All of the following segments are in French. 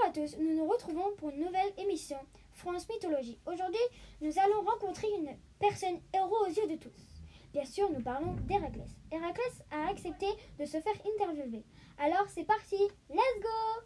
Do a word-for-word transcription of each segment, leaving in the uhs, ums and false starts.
à tous, nous nous retrouvons pour une nouvelle émission France Mythologie. Aujourd'hui, nous allons rencontrer une personne héros aux yeux de tous. Bien sûr, nous parlons d'Héraclès. Héraclès a accepté de se faire interviewer. Alors c'est parti, let's go!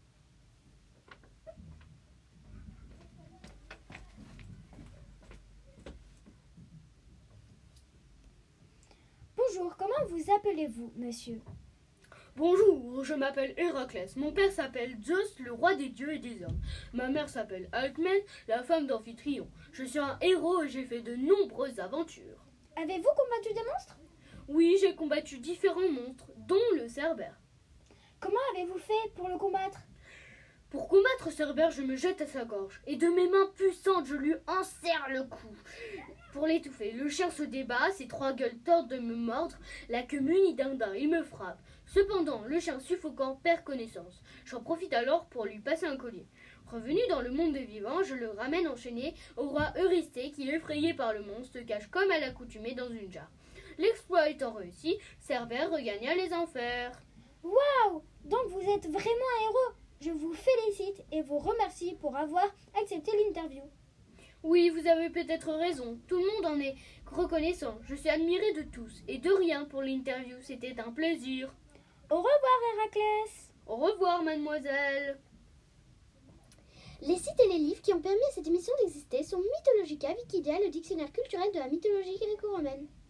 Bonjour, comment vous appelez-vous, monsieur? Bonjour, je m'appelle Héraclès. Mon père s'appelle Zeus, le roi des dieux et des hommes. Ma mère s'appelle Alcmène, la femme d'Amphitryon. Je suis un héros et j'ai fait de nombreuses aventures. Avez-vous combattu des monstres? Oui, j'ai combattu différents monstres, dont le Cerbère. Comment avez-vous fait pour le combattre? Pour combattre Cerbère, je me jette à sa gorge et de mes mains puissantes, je lui enserre le cou. Pour l'étouffer, le chien se débat, ses trois gueules tentent de me mordre, la queue munie d'un dard, il me frappe. Cependant, le chien suffocant perd connaissance. J'en profite alors pour lui passer un collier. Revenu dans le monde des vivants, je le ramène enchaîné au roi Eurysthée qui, effrayé par le monstre, se cache comme à l'accoutumée dans une jarre. L'exploit étant réussi, Cerbère regagna les enfers. Waouh! Donc vous êtes vraiment un héros! Je vous félicite et vous remercie pour avoir accepté l'interview. Oui, vous avez peut-être raison. Tout le monde en est reconnaissant. Je suis admiré de tous. Et de rien pour l'interview. C'était un plaisir. Au revoir, Héraclès. Au revoir, mademoiselle. Les sites et les livres qui ont permis à cette émission d'exister sont Mythologica, Wikidia, le dictionnaire culturel de la mythologie gréco-romaine.